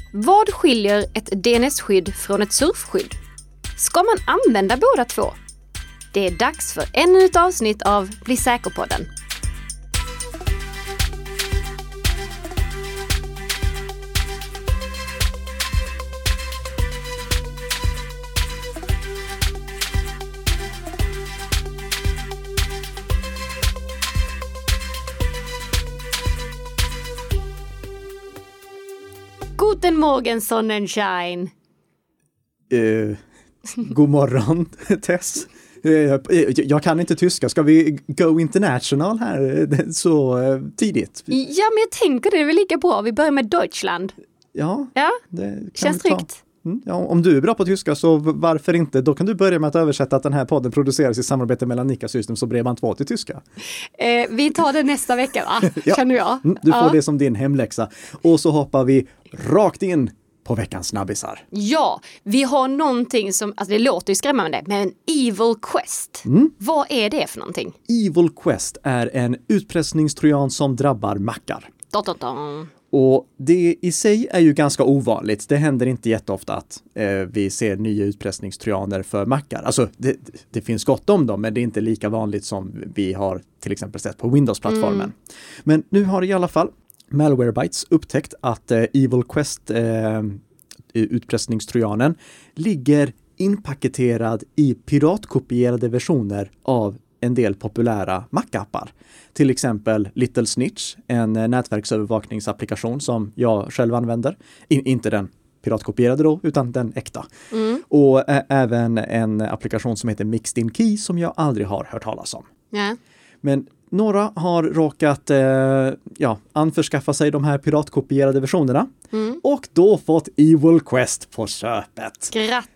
Vad skiljer ett DNS-skydd från ett surfskydd? Ska man använda båda två? Det är dags för ännu ett avsnitt av Bli säker-podden. Guten Morgen, Sonnenschein. God morgon, Tess. Jag kan inte tyska. Ska vi go international här så tidigt? Ja, men jag tänker det är väl lika bra. Vi börjar med Deutschland. Ja, det känns tryggt. Ja, om du är bra på tyska så varför inte? Då kan du börja med att översätta att den här podden produceras i samarbete mellan Nika Systems och Bredband2 till tyska. Vi tar det nästa vecka, va? Ja. Känner jag. Du får det som din hemläxa. Och så hoppar vi rakt in på veckans snabbisar. Ja, vi har någonting som, alltså det låter ju skrämmande, men Evil Quest. Vad är det för någonting? Evil Quest är en utpressningstrojan som drabbar mackar. Och det i sig är ju ganska ovanligt. Det händer inte jätteofta att vi ser nya utpressningstrojaner för mackar. Alltså det finns gott om dem, men det är inte lika vanligt som vi har till exempel sett på Windows-plattformen. Men nu har i alla fall Malwarebytes upptäckt att Evil Quest utpressningstrojanen ligger inpaketerad i piratkopierade versioner av en del populära Mac-appar. Till exempel Little Snitch, en nätverksövervakningsapplikation som jag själv använder. Inte den piratkopierade då, utan den äkta. Och även en applikation som heter Mixed In Key som jag aldrig har hört talas om. Men några har råkat anförskaffa sig de här piratkopierade versionerna och då fått Evil Quest på köpet.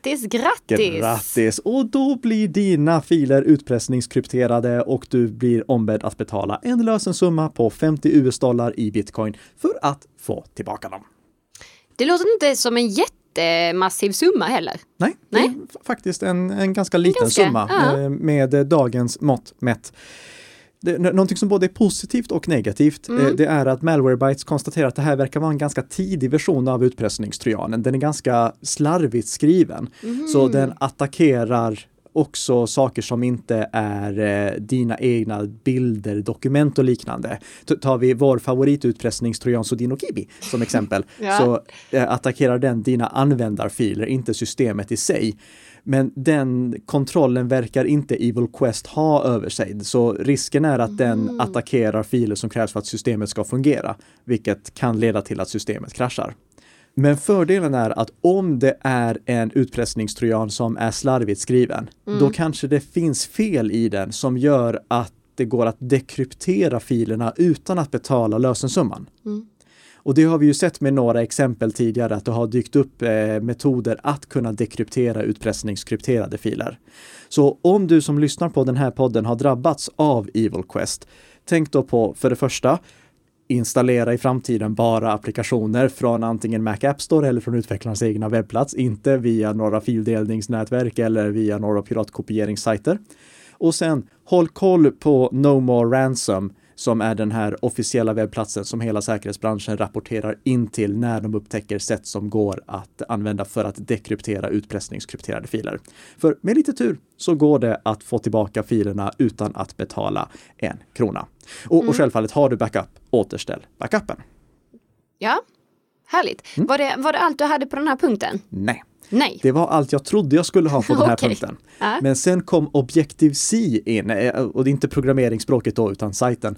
Grattis! Och då blir dina filer utpressningskrypterade och du blir ombedd att betala en lösensumma på $50 i bitcoin för att få tillbaka dem. Det låter inte som en jättemassiv summa heller. Nej. Det är faktiskt en ganska liten summa med dagens mått mätt. Någonting som både är positivt och negativt det är att Malwarebytes konstaterar att det här verkar vara en ganska tidig version av utpressningstrojanen. Den är ganska slarvigt skriven. Så den attackerar också saker som inte är dina egna bilder, dokument och liknande. Tar vi vår favoritutpressningstrojan Sodino Kibi som exempel så attackerar den dina användarfiler, inte systemet i sig. Men den kontrollen verkar inte Evil Quest ha över sig. Så risken är att den attackerar filer som krävs för att systemet ska fungera. Vilket kan leda till att systemet kraschar. Men fördelen är att om det är en utpressningstrojan som är slarvigt skriven. Då kanske det finns fel i den som gör att det går att dekryptera filerna utan att betala lösensumman. Och det har vi ju sett med några exempel tidigare att det har dykt upp metoder att kunna dekryptera utpressningskrypterade filer. Så om du som lyssnar på den här podden har drabbats av Evil Quest, tänk då på för det första installera i framtiden bara applikationer från antingen Mac App Store eller från utvecklarens egna webbplats, inte via några fildelningsnätverk eller via några piratkopieringssajter. Och sen håll koll på No More Ransom som är den här officiella webbplatsen som hela säkerhetsbranschen rapporterar in till när de upptäcker sätt som går att använda för att dekryptera utpressningskrypterade filer. För med lite tur så går det att få tillbaka filerna utan att betala 1 krona. Och självfallet har du backup, återställ backupen. Ja, härligt. Var det allt du hade på den här punkten? Nej. Nej. Det var allt jag trodde jag skulle ha på den här punkten. Men sen kom Objective-C in, och det är inte programmeringsspråket då utan sajten.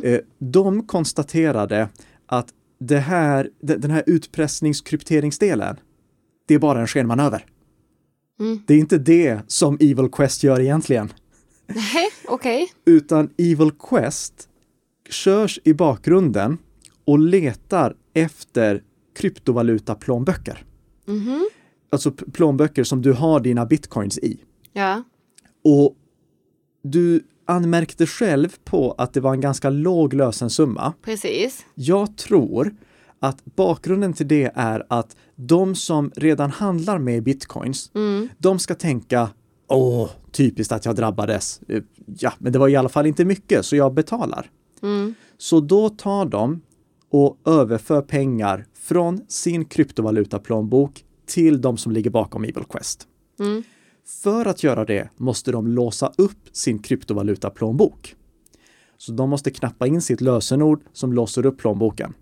De konstaterade att den här utpressningskrypteringsdelen, det är bara en skenmanöver. Det är inte det som Evil Quest gör egentligen. Nej, okej. Utan Evil Quest körs i bakgrunden och letar efter kryptovaluta-plånböcker. Alltså plånböcker som du har dina bitcoins i. Ja. Och du anmärkte själv på att det var en ganska låg lösensumma. Precis. Jag tror att bakgrunden till det är att de som redan handlar med bitcoins, de ska tänka, typiskt att jag drabbades. Ja, men det var i alla fall inte mycket så jag betalar. Så då tar de och överför pengar från sin kryptovalutaplånbok till de som ligger bakom EvilQuest. För att göra det måste de låsa upp sin kryptovalutaplånbok. Så de måste knappa in sitt lösenord som låser upp plånboken.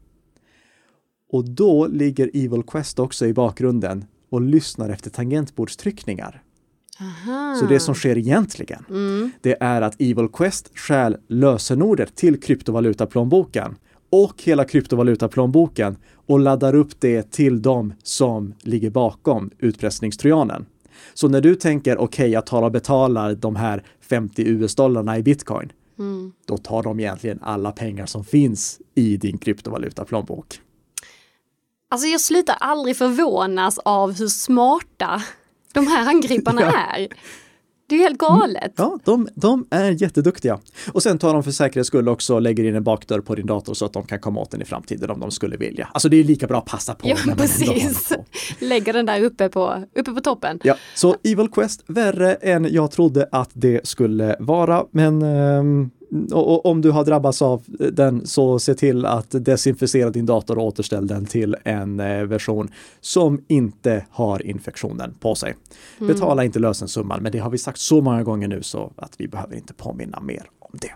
Och då ligger EvilQuest också i bakgrunden och lyssnar efter tangentbordstryckningar. Aha. Så det som sker egentligen, det är att EvilQuest stjäl lösenordet till kryptovalutaplånboken och hela kryptovalutaplånboken och laddar upp det till de som ligger bakom utpressningstrojanen. Så när du tänker, okej, jag tar och betalar de här 50 US-dollarna i bitcoin, då tar de egentligen alla pengar som finns i din kryptovalutaplånbok. Alltså jag slutar aldrig förvånas av hur smarta de här angriparna är. Det är ju helt galet. Ja, de är jätteduktiga. Och sen tar de för säkerhets skull också och lägger in en bakdörr på din dator så att de kan komma åt den i framtiden om de skulle vilja. Alltså det är lika bra att passa på. Ja, precis. Lägger den där uppe på toppen. Ja, så EvilQuest värre än jag trodde att det skulle vara. Men och om du har drabbats av den så se till att desinficera din dator och återställ den till en version som inte har infektionen på sig. Betala inte lösensumman, men det har vi sagt så många gånger nu så att vi behöver inte påminna mer om det.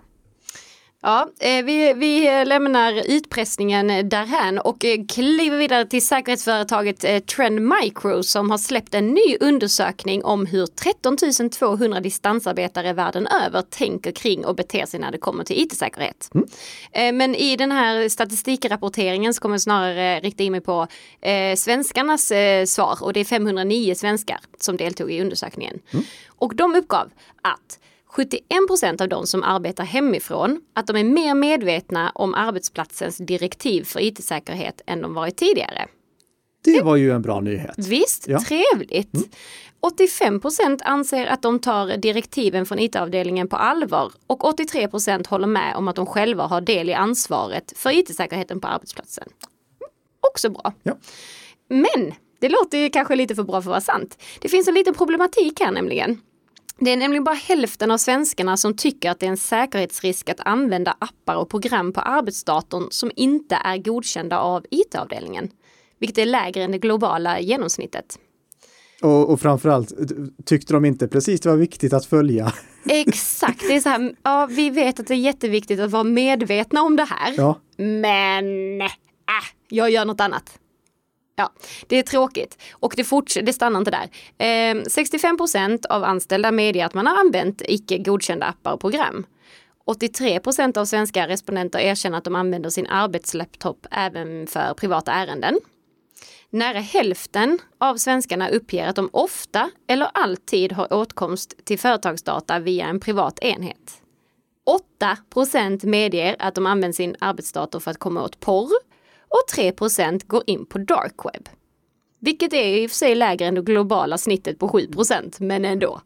Ja, vi lämnar utpressningen därhän och kliver vidare till säkerhetsföretaget Trend Micro som har släppt en ny undersökning om hur 13 200 distansarbetare världen över tänker kring och beter sig när det kommer till IT-säkerhet. Men i den här statistikrapporteringen så kommer jag snarare rikta in mig på svenskarnas svar och det är 509 svenskar som deltog i undersökningen. Och de uppgav att 71% av de som arbetar hemifrån att de är mer medvetna om arbetsplatsens direktiv för IT-säkerhet än de varit tidigare. Det var ju en bra nyhet. Visst, ja. Trevligt. 85% anser att de tar direktiven från IT-avdelningen på allvar och 83% håller med om att de själva har del i ansvaret för IT-säkerheten på arbetsplatsen. Också bra. Ja. Men det låter ju kanske lite för bra för att vara sant. Det finns en liten problematik här nämligen. Det är nämligen bara hälften av svenskarna som tycker att det är en säkerhetsrisk att använda appar och program på arbetsdatorn som inte är godkända av IT-avdelningen. Vilket är lägre än det globala genomsnittet. Och framförallt tyckte de inte precis det var viktigt att följa. Exakt, det är så här, ja, vi vet att det är jätteviktigt att vara medvetna om det här. Ja. Men jag gör något annat. Ja, det är tråkigt och det stannar inte där. 65% av anställda medger att man har använt icke godkända appar och program. 83% av svenska respondenter erkänner att de använder sin arbetslaptop även för privata ärenden. Nära hälften av svenskarna uppger att de ofta eller alltid har åtkomst till företagsdata via en privat enhet. 8% medger att de använder sin arbetsdator för att komma åt porr. Och 3% går in på dark web. Vilket är i och för sig lägre än det globala snittet på 7%, men ändå.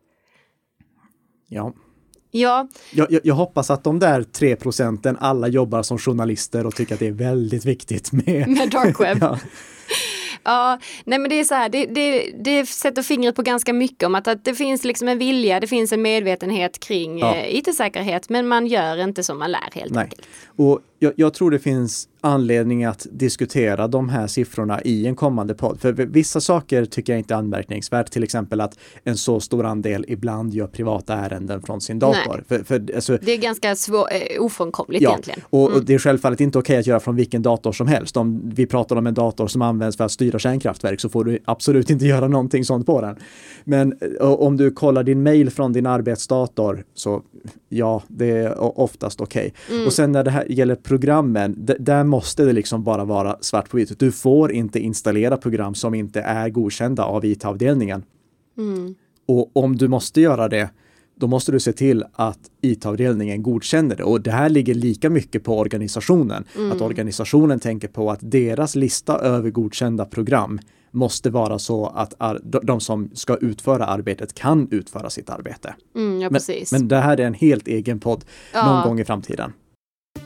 Ja. Ja. Jag hoppas att de där 3% alla jobbar som journalister och tycker att det är väldigt viktigt med dark web. Ja. Ja, nej men det är så här, det sätter fingret på ganska mycket om att det finns liksom en vilja, det finns en medvetenhet kring IT-säkerhet, men man gör inte som man lär helt enkelt. Och jag tror det finns anledning att diskutera de här siffrorna i en kommande podd. För vissa saker tycker jag inte är anmärkningsvärt. Till exempel att en så stor andel ibland gör privata ärenden från sin dator. Alltså, det är ganska ofrånkomligt egentligen. Och det är självfallet inte okej att göra från vilken dator som helst. Om vi pratar om en dator som används för att styra kärnkraftverk så får du absolut inte göra någonting sånt på den. Men om du kollar din mail från din arbetsdator så ja, det är oftast okej. Och sen när det här gäller programmen, där måste det liksom bara vara svart på vitt. Du får inte installera program som inte är godkända av IT-avdelningen. Och om du måste göra det, då måste du se till att IT-avdelningen godkänner det. Och det här ligger lika mycket på organisationen. Att organisationen tänker på att deras lista över godkända program måste vara så att de som ska utföra arbetet kan utföra sitt arbete. Ja, precis. Men det här är en helt egen podd någon gång i framtiden.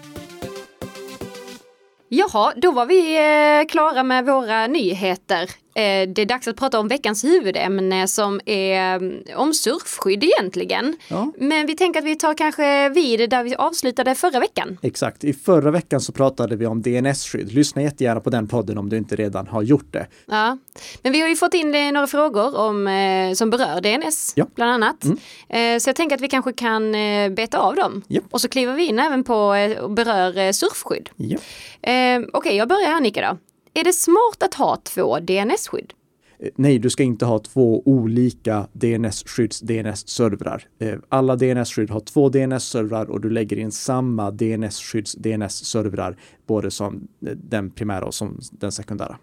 Jaha, då var vi klara med våra nyheter. Det är dags att prata om veckans huvudämne som är om surfskydd egentligen. Ja. Men vi tänker att vi tar kanske vid där vi avslutade förra veckan. Exakt, i förra veckan så pratade vi om DNS-skydd. Lyssna jättegärna på den podden om du inte redan har gjort det. Ja, men vi har ju fått in några frågor som berör DNS bland annat. Så jag tänker att vi kanske kan beta av dem. Yep. Och så kliver vi in även på och berör surfskydd. Yep. Okej, jag börjar här Nika då. Är det smart att ha 2 DNS-skydd? Nej, du ska inte ha 2 olika DNS-skydds-DNS-servrar. Alla DNS-skydd har 2 DNS-servrar och du lägger in samma DNS-skydds-DNS-servrar både som den primära och som den sekundära.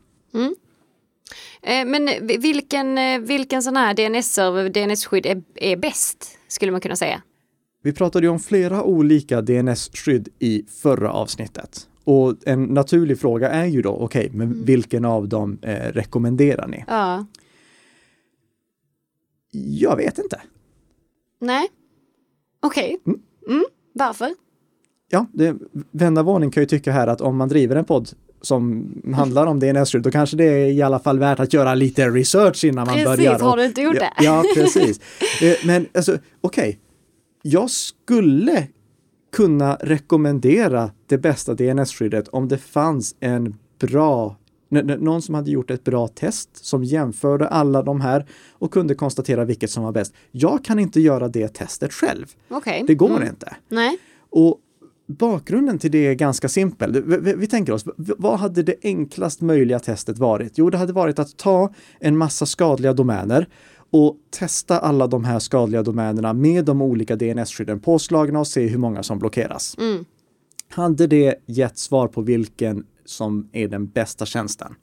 Men vilken sån här DNS-server, DNS-skydd är bäst, skulle man kunna säga? Vi pratade ju om flera olika DNS-skydd i förra avsnittet. Och en naturlig fråga är ju då, men vilken av dem rekommenderar ni? Ja. Jag vet inte. Nej. Okej. Varför? Ja, vända varning kan ju tycka här att om man driver en podd som handlar om DNS-skydd, då kanske det är i alla fall värt att göra lite research innan man börjar. Precis, har du inte gjort det? Ja, precis. Men alltså, jag skulle kunna rekommendera det bästa DNS-skyddet om det fanns någon som hade gjort ett bra test som jämförde alla de här och kunde konstatera vilket som var bäst. Jag kan inte göra det testet själv. Det går inte. Nej. Och bakgrunden till det är ganska simpel. Vi tänker oss, vad hade det enklast möjliga testet varit? Jo, det hade varit att ta en massa skadliga domäner och testa alla de här skadliga domänerna med de olika DNS-skydden påslagna och se hur många som blockeras. Hade det gett svar på vilken som är den bästa tjänsten?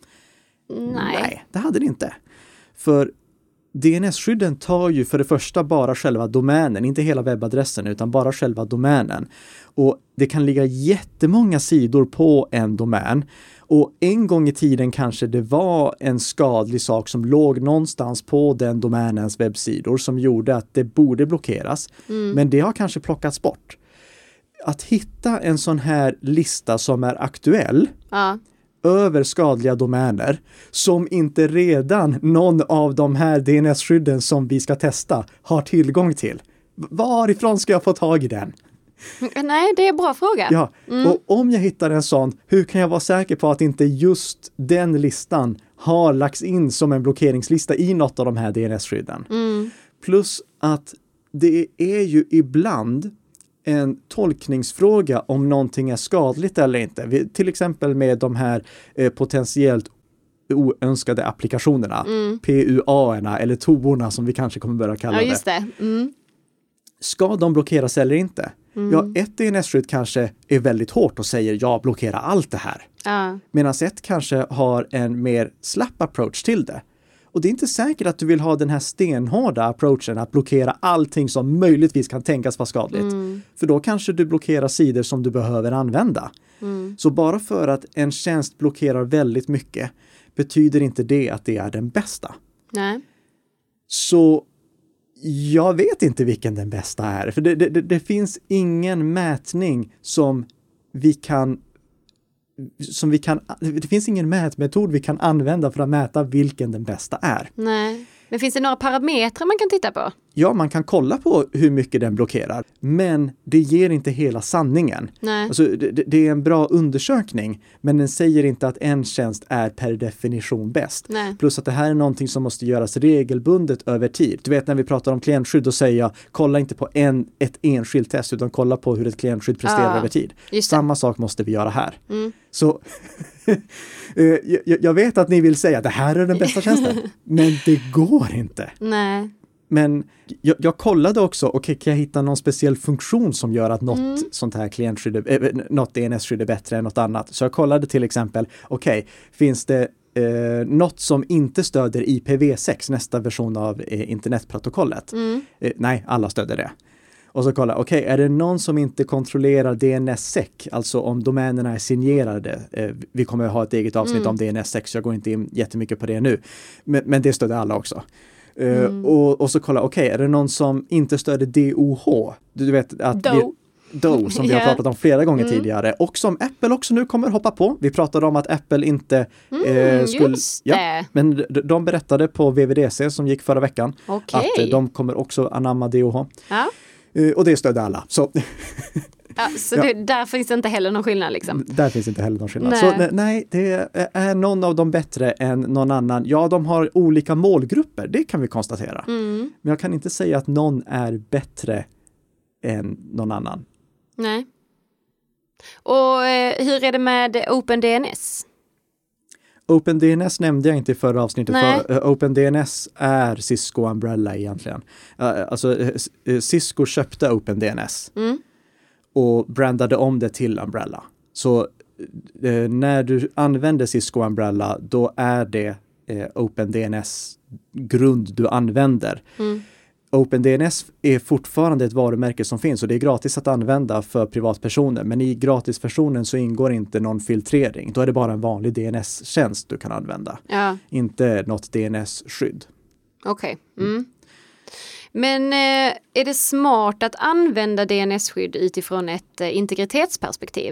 Nej, det hade det inte. För DNS-skydden tar ju för det första bara själva domänen, inte hela webbadressen utan bara själva domänen. Och det kan ligga jättemånga sidor på en domän. Och en gång i tiden kanske det var en skadlig sak som låg någonstans på den domänens webbsidor som gjorde att det borde blockeras. Men det har kanske plockats bort. Att hitta en sån här lista som är aktuell över skadliga domäner som inte redan någon av de här DNS-skydden som vi ska testa har tillgång till. Varifrån ska jag få tag i den? Nej, det är en bra fråga. Ja, och om jag hittar en sån, hur kan jag vara säker på att inte just den listan har lagts in som en blockeringslista i något av de här DNS-skydden? Plus att det är ju ibland en tolkningsfråga om någonting är skadligt eller inte. Till exempel med de här potentiellt oönskade applikationerna, PUA-erna eller TOBorna som vi kanske kommer börja kalla det. Ja, just det. Ska de blockeras eller inte? Ja, ett DNS-skydd kanske är väldigt hårt och säger ja, blockera allt det här. Medan ett kanske har en mer slapp approach till det. Och det är inte säkert att du vill ha den här stenhårda approachen att blockera allting som möjligtvis kan tänkas vara skadligt. För då kanske du blockerar sidor som du behöver använda. Så bara för att en tjänst blockerar väldigt mycket betyder inte det att det är den bästa. Nej. Så jag vet inte vilken den bästa är. För det finns ingen mätning det finns ingen mätmetod vi kan använda för att mäta vilken den bästa är. Nej. Men finns det några parametrar man kan titta på? Ja, man kan kolla på hur mycket den blockerar. Men det ger inte hela sanningen. Nej. Alltså, det är en bra undersökning. Men den säger inte att en tjänst är per definition bäst. Nej. Plus att det här är någonting som måste göras regelbundet över tid. Du vet när vi pratar om klientskydd och säger kolla inte på ett enskilt test utan kolla på hur ett klientskydd presterar över tid. Samma sak måste vi göra här. Så jag vet att ni vill säga att det här är den bästa tjänsten. Men det går inte. Nej. Men jag kollade också, kan jag hitta någon speciell funktion som gör att något sånt här klientskydd, något DNS-skydd är bättre än något annat. Så jag kollade till exempel, finns det något som inte stöder IPv6, nästa version av internetprotokollet? Nej, alla stöder det. Och så kolla, är det någon som inte kontrollerar DNSSEC? Alltså om domänerna är signerade. Vi kommer ha ett eget avsnitt om DNSSEC, så jag går inte in jättemycket på det nu. Men det stöder alla också. Och så kolla, är det någon som inte stöder DOH? Du vet att Doe som vi har pratat om flera gånger tidigare och som Apple också nu kommer hoppa på. Vi pratade om att Apple inte skulle... Ja, men de berättade på WWDC som gick förra veckan att de kommer också anamma DOH. Ja. Och det stödde alla. Så, där finns det inte heller någon skillnad liksom? Där finns inte heller någon skillnad. Nej. Så nej, det är någon av dem bättre än någon annan. Ja, de har olika målgrupper, det kan vi konstatera. Men jag kan inte säga att någon är bättre än någon annan. Nej. Och hur är det med OpenDNS? OpenDNS nämnde jag inte i förra avsnittet. För OpenDNS är Cisco Umbrella egentligen. Alltså Cisco köpte OpenDNS och brandade om det till Umbrella. Så när du använder Cisco Umbrella då är det OpenDNS grund du använder. OpenDNS är fortfarande ett varumärke som finns och det är gratis att använda för privatpersoner. Men i gratisversionen så ingår inte någon filtrering. Då är det bara en vanlig DNS-tjänst du kan använda. Ja. Inte något DNS-skydd. Okej. Men är det smart att använda DNS-skydd utifrån ett integritetsperspektiv?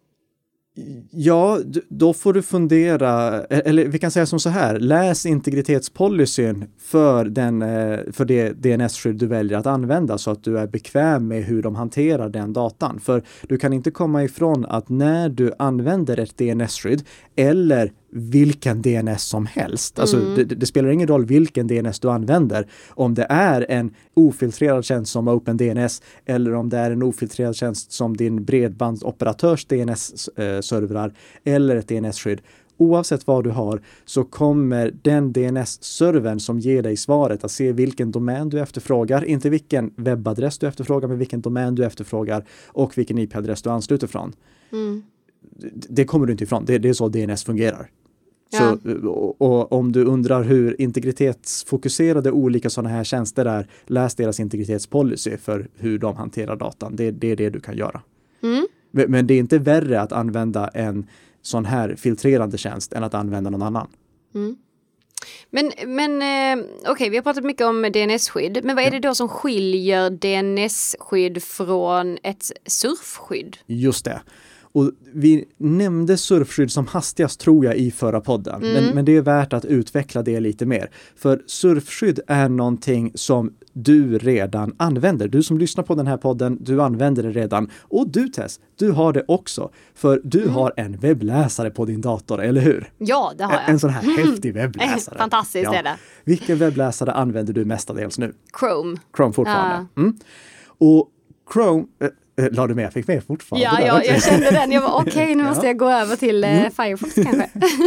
Ja, då får du fundera, eller vi kan säga som så här, läs integritetspolicyn för det DNS-skydd du väljer att använda så att du är bekväm med hur de hanterar den datan. För du kan inte komma ifrån att när du använder ett DNS-skydd eller vilken DNS som helst, alltså det spelar ingen roll vilken DNS du använder, om det är en ofiltrerad tjänst som OpenDNS eller om det är en ofiltrerad tjänst som din bredbandsoperatörs DNS-servrar eller ett DNS-skydd. Oavsett vad du har så kommer den DNS-servern som ger dig svaret att se vilken domän du efterfrågar, inte vilken webbadress du efterfrågar men vilken domän du efterfrågar och vilken IP-adress du ansluter från. Det kommer du inte ifrån, det är så DNS fungerar. Ja. Så, och om du undrar hur integritetsfokuserade olika sådana här tjänster är, läs deras integritetspolicy för hur de hanterar datan. Det är det du kan göra. Men det är inte värre att använda en sån här filtrerande tjänst än att använda någon annan. Men okej, vi har pratat mycket om DNS-skydd. Men vad är det då som skiljer DNS-skydd från ett surfskydd? Just det. Och vi nämnde surfskydd som hastigast tror jag i förra podden. Men det är värt att utveckla det lite mer. För surfskydd är någonting som du redan använder. Du som lyssnar på den här podden, du använder det redan. Och du Tess, du har det också. För du har en webbläsare på din dator, eller hur? Ja, det har jag. En sån här häftig webbläsare. Fantastiskt är det. Vilken webbläsare använder du mestadels nu? Chrome. Chrome fortfarande. Och Chrome... La du med? Jag fick med fortfarande. Ja, jag kände den. Jag var okej, nu måste jag gå över till Firefox kanske.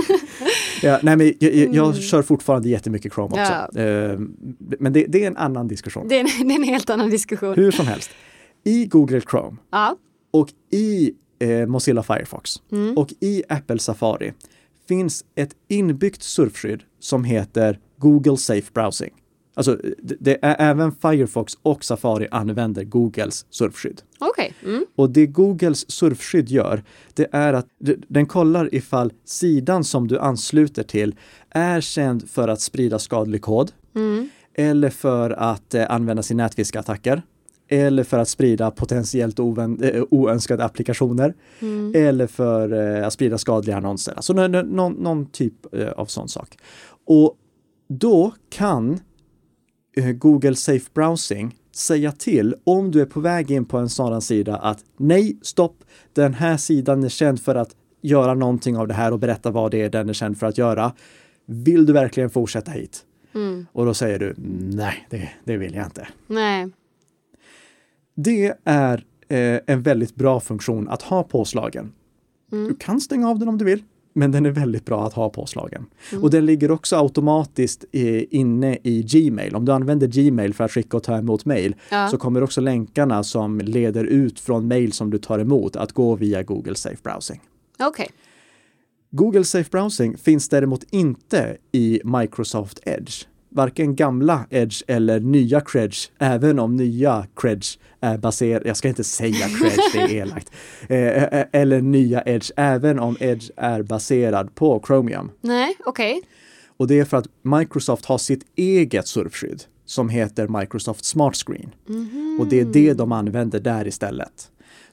Jag kör fortfarande jättemycket Chrome också. Men det är en annan diskussion. Det är en helt annan diskussion. Hur som helst. I Google Chrome och i Mozilla Firefox och i Apple Safari finns ett inbyggt surfskydd som heter Google Safe Browsing. Alltså, det är även Firefox och Safari använder Googles surfskydd. Okej. Och det Googles surfskydd gör, det är att den kollar ifall sidan som du ansluter till är känd för att sprida skadlig kod eller för att använda sin nätfiskattacker eller för att sprida potentiellt oönskade applikationer eller för att sprida skadliga annonser. Alltså någon typ av sån sak. Och då kan Google Safe Browsing säga till om du är på väg in på en sådan sida att nej, stopp, den här sidan är känd för att göra någonting av det här och berätta vad det är den är känd för att göra. Vill du verkligen fortsätta hit? Och då säger du, nej, det vill jag inte. Nej. Det är en väldigt bra funktion att ha påslagen. Du kan stänga av den om du vill. Men den är väldigt bra att ha påslagen. Och den ligger också automatiskt inne i Gmail. Om du använder Gmail för att skicka och ta emot mail så kommer också länkarna som leder ut från mail som du tar emot att gå via Google Safe Browsing. Okej. Google Safe Browsing finns däremot inte i Microsoft Edge. Varken gamla Edge eller nya Credge, även om nya Credge är baserad, jag ska inte säga Credge, det är elakt, eller nya Edge, även om Edge är baserad på Chromium. Nej, okej. Och det är för att Microsoft har sitt eget surfskydd som heter Microsoft Smart Screen. Och det är det de använder där istället.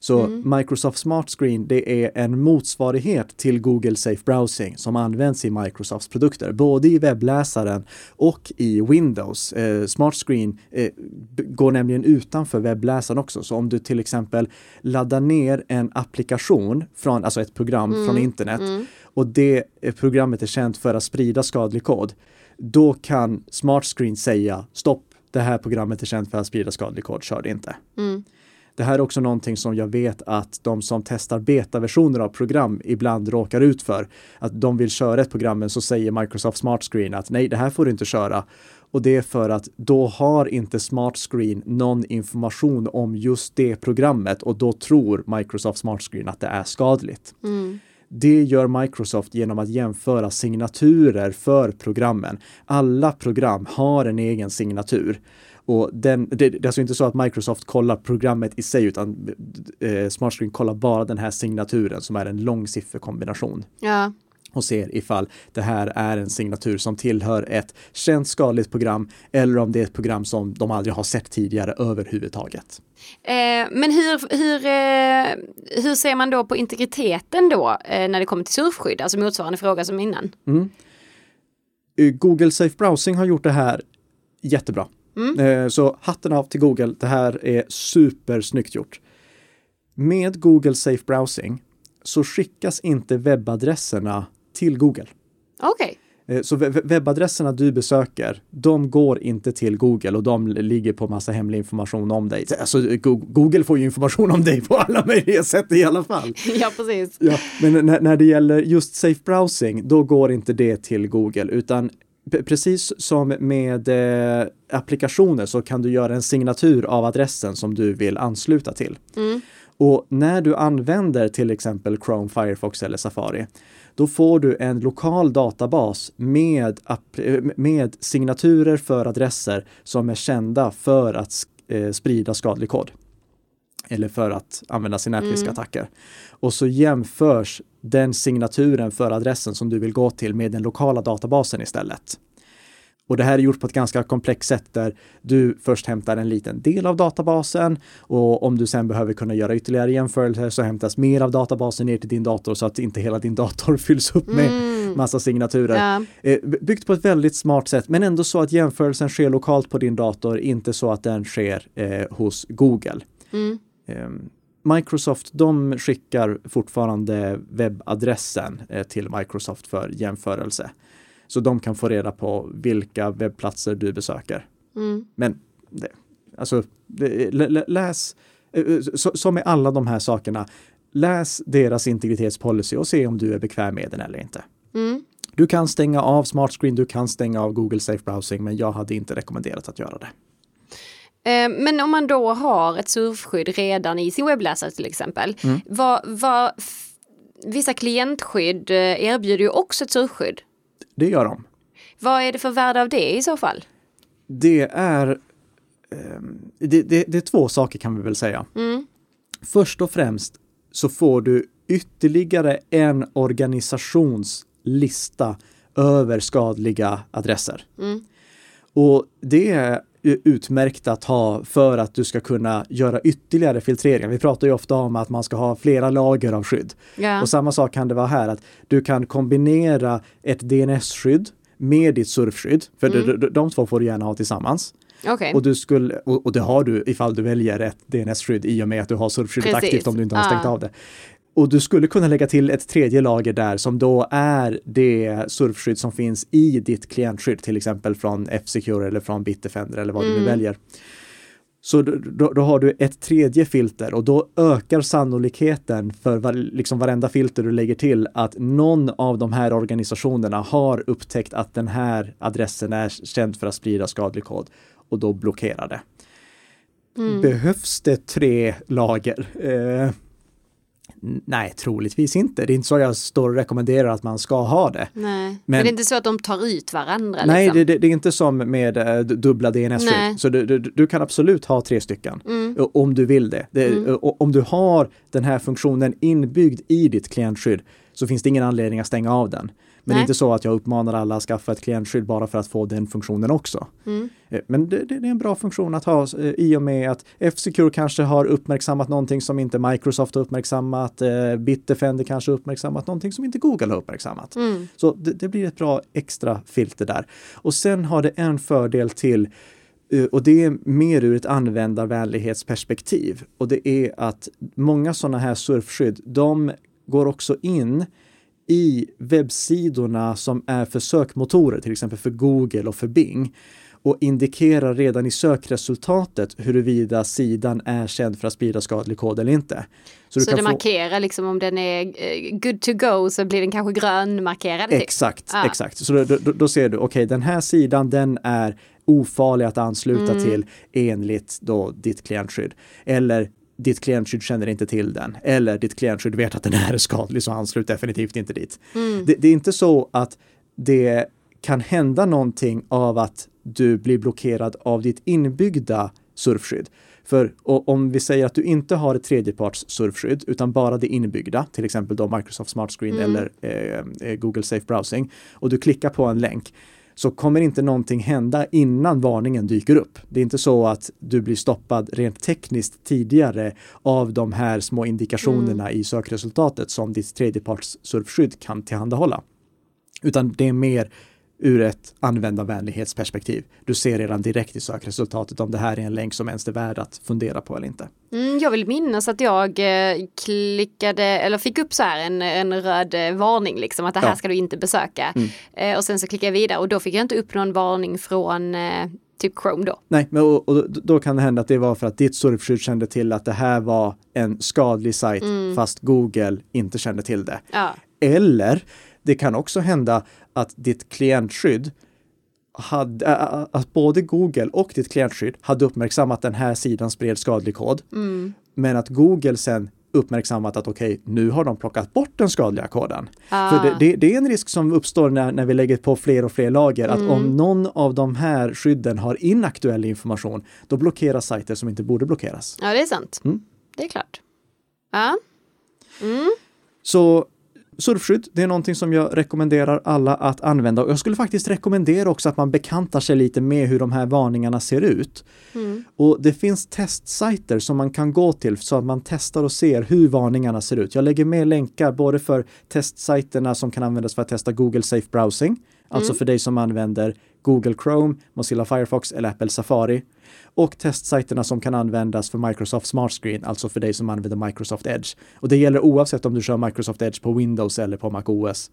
Så Microsoft Smart Screen, det är en motsvarighet till Google Safe Browsing som används i Microsofts produkter, både i webbläsaren och i Windows. Smart Screen går nämligen utanför webbläsaren också. Så om du till exempel laddar ner en applikation alltså ett program från internet och det programmet är känt för att sprida skadlig kod, då kan Smart Screen säga stopp, det här programmet är känt för att sprida skadlig kod, kör det inte. Det här är också någonting som jag vet att de som testar betaversioner av program ibland råkar ut för. Att de vill köra ett program, men så säger Microsoft Smart Screen att nej, det här får du inte köra. Och det är för att då har inte Smart Screen någon information om just det programmet och då tror Microsoft Smart Screen att det är skadligt. Det gör Microsoft genom att jämföra signaturer för programmen. Alla program har en egen signatur. Och det är alltså inte så att Microsoft kollar programmet i sig, utan Smart Screen kollar bara den här signaturen som är en lång sifferkombination. Ja. Och ser ifall det här är en signatur som tillhör ett känt skadligt program eller om det är ett program som de aldrig har sett tidigare överhuvudtaget. Men hur ser man då på integriteten då när det kommer till surfskydd? Alltså motsvarande fråga som innan. Google Safe Browsing har gjort det här jättebra. Så hatten av till Google, det här är supersnyggt gjort. Med Google Safe Browsing så skickas inte webbadresserna till Google. Okej. Så webbadresserna du besöker, de går inte till Google och de ligger på massa hemlig information om dig. Alltså Google får ju information om dig på alla möjliga sätt i alla fall. Ja, precis. Ja, men när det gäller just Safe Browsing, då går inte det till Google, utan precis som med applikationer så kan du göra en signatur av adressen som du vill ansluta till. Och när du använder till exempel Chrome, Firefox eller Safari, då får du en lokal databas med signaturer för adresser som är kända för att sprida skadlig kod. Eller för att använda sina nätfiskattacker. Och så jämförs den signaturen för adressen som du vill gå till med den lokala databasen istället. Och det här är gjort på ett ganska komplext sätt där du först hämtar en liten del av databasen och om du sen behöver kunna göra ytterligare jämförelser så hämtas mer av databasen ner till din dator så att inte hela din dator fylls upp med massa signaturer. Ja. Byggt på ett väldigt smart sätt, men ändå så att jämförelsen sker lokalt på din dator, inte så att den sker hos Google. Microsoft, de skickar fortfarande webbadressen till Microsoft för jämförelse. Så de kan få reda på vilka webbplatser du besöker. Men läs, som med alla de här sakerna, läs deras integritetspolicy och se om du är bekväm med den eller inte. Du kan stänga av Smart Screen, du kan stänga av Google Safe Browsing, men jag hade inte rekommenderat att göra det. Men om man då har ett surfskydd redan i sin webbläsare till exempel, vissa klientskydd erbjuder ju också ett surfskydd. Det gör de. Vad är det för värde av det i så fall? Det är det är två saker kan vi väl säga. Först och främst så får du ytterligare en organisationslista över skadliga adresser. Och det är utmärkt att ha för att du ska kunna göra ytterligare filtreringar. Vi pratar ju ofta om att man ska ha flera lager av skydd. Och samma sak kan det vara här, att du kan kombinera ett DNS-skydd med ditt surfskydd. För de två får du gärna ha tillsammans. Okay. Och det har du ifall du väljer ett DNS-skydd i och med att du har surfskyddet aktivt om du inte har stängt av det. Och du skulle kunna lägga till ett tredje lager där som då är det surfskydd som finns i ditt klientskydd, till exempel från F-Secure eller från Bitdefender eller vad du nu väljer. Så då har du ett tredje filter och då ökar sannolikheten för varenda filter du lägger till att någon av de här organisationerna har upptäckt att den här adressen är känd för att sprida skadlig kod och då blockerar det. Behövs det 3 lager? Nej, troligtvis inte. Det är inte så jag står och rekommenderar att man ska ha det. Nej. Men det är inte så att de tar ut varandra? Nej, liksom. det är inte som med dubbla DNS-skydd. Så du kan absolut ha 3 stycken om du vill det. Om du har den här funktionen inbyggd i ditt klientskydd så finns det ingen anledning att stänga av den. Men det är inte så att jag uppmanar alla att skaffa ett klientskydd bara för att få den funktionen också. Men det är en bra funktion att ha i och med att F-Secure kanske har uppmärksammat någonting som inte Microsoft har uppmärksammat. Bitdefender kanske har uppmärksammat någonting som inte Google har uppmärksammat. Så det blir ett bra extra filter där. Och sen har det en fördel till, och det är mer ur ett användarvänlighetsperspektiv. Och det är att många sådana här surfskydd, de går också in i webbsidorna som är för sökmotorer, till exempel för Google och för Bing, och indikerar redan i sökresultatet huruvida sidan är känd för att sprida skadlig kod eller inte. Så det markerar liksom om den är good to go, så blir den kanske grönmarkerad. Exakt. Så då ser du, okej, den här sidan, den är ofarlig att ansluta till enligt då ditt klientskydd. Eller ditt klientskydd känner inte till den. Eller ditt klientskydd vet att den här är skadlig, så anslut definitivt inte dit. Det är inte så att det kan hända någonting av att du blir blockerad av ditt inbyggda surfskydd. För om vi säger att du inte har ett tredjeparts surfskydd utan bara det inbyggda, till exempel då Microsoft Smart Screen eller Google Safe Browsing, och du klickar på en länk, så kommer inte någonting hända innan varningen dyker upp. Det är inte så att du blir stoppad rent tekniskt tidigare av de här små indikationerna i sökresultatet som ditt tredjeparts surfskydd kan tillhandahålla. Utan det är mer ur ett användarvänlighetsperspektiv. Du ser redan direkt i sökresultatet om det här är en länk som ens är värd att fundera på eller inte. Jag vill minnas att jag klickade eller fick upp så här en röd varning liksom, att det här ska du inte besöka. Och sen så klickade jag vidare och då fick jag inte upp någon varning från typ Chrome då. Nej, men och då kan det hända att det var för att ditt surfskydd kände till att det här var en skadlig sajt fast Google inte kände till det. Ja. Eller det kan också hända att ditt klientskydd att både Google och ditt klientskydd hade uppmärksammat att den här sidan spred skadlig kod. Men att Google sen uppmärksammat att okej, nu har de plockat bort den skadliga koden. För det är en risk som uppstår när vi lägger på fler och fler lager, att om någon av de här skydden har inaktuell information, då blockeras sajter som inte borde blockeras. Ja, det är sant. Det är klart. Ja. Så surfskydd, det är någonting som jag rekommenderar alla att använda. Och jag skulle faktiskt rekommendera också att man bekantar sig lite med hur de här varningarna ser ut. Och det finns testsajter som man kan gå till så att man testar och ser hur varningarna ser ut. Jag lägger med länkar både för testsajterna som kan användas för att testa Google Safe Browsing. Alltså för dig som använder Google Chrome, Mozilla Firefox eller Apple Safari. Och testsajterna som kan användas för Microsoft Smart Screen, alltså för dig som använder Microsoft Edge. Och det gäller oavsett om du kör Microsoft Edge på Windows eller på Mac OS.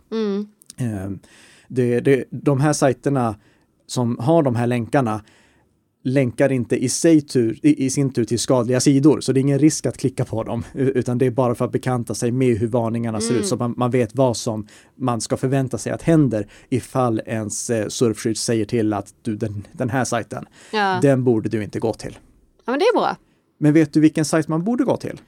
De här sajterna som har de här länkarna länkar inte i sin tur till skadliga sidor. Så det är ingen risk att klicka på dem. Utan det är bara för att bekanta sig med hur varningarna ser ut. Så man vet vad som man ska förvänta sig att händer ifall ens surfskydd säger till att den här sajten, den borde du inte gå till. Ja, men det är bra. Men vet du vilken sajt man borde gå till?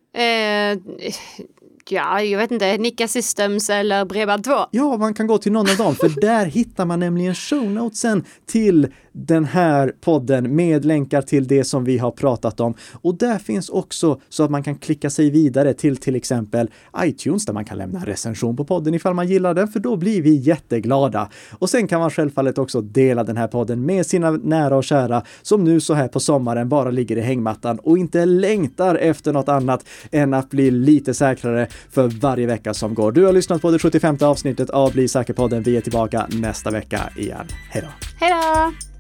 Ja, jag vet inte, Nika Systems eller Bredband2. Ja, man kan gå till någon av dem, för där hittar man nämligen show notesen till den här podden med länkar till det som vi har pratat om. Och där finns också så att man kan klicka sig vidare till exempel iTunes, där man kan lämna en recension på podden ifall man gillar den, för då blir vi jätteglada. Och sen kan man självfallet också dela den här podden med sina nära och kära som nu så här på sommaren bara ligger i hängmattan och inte längtar efter något annat än att bli lite säkrare för varje vecka som går. Du har lyssnat på det 75:e avsnittet av Bli säker-podden. Vi är tillbaka nästa vecka igen. Hej då! Hej då!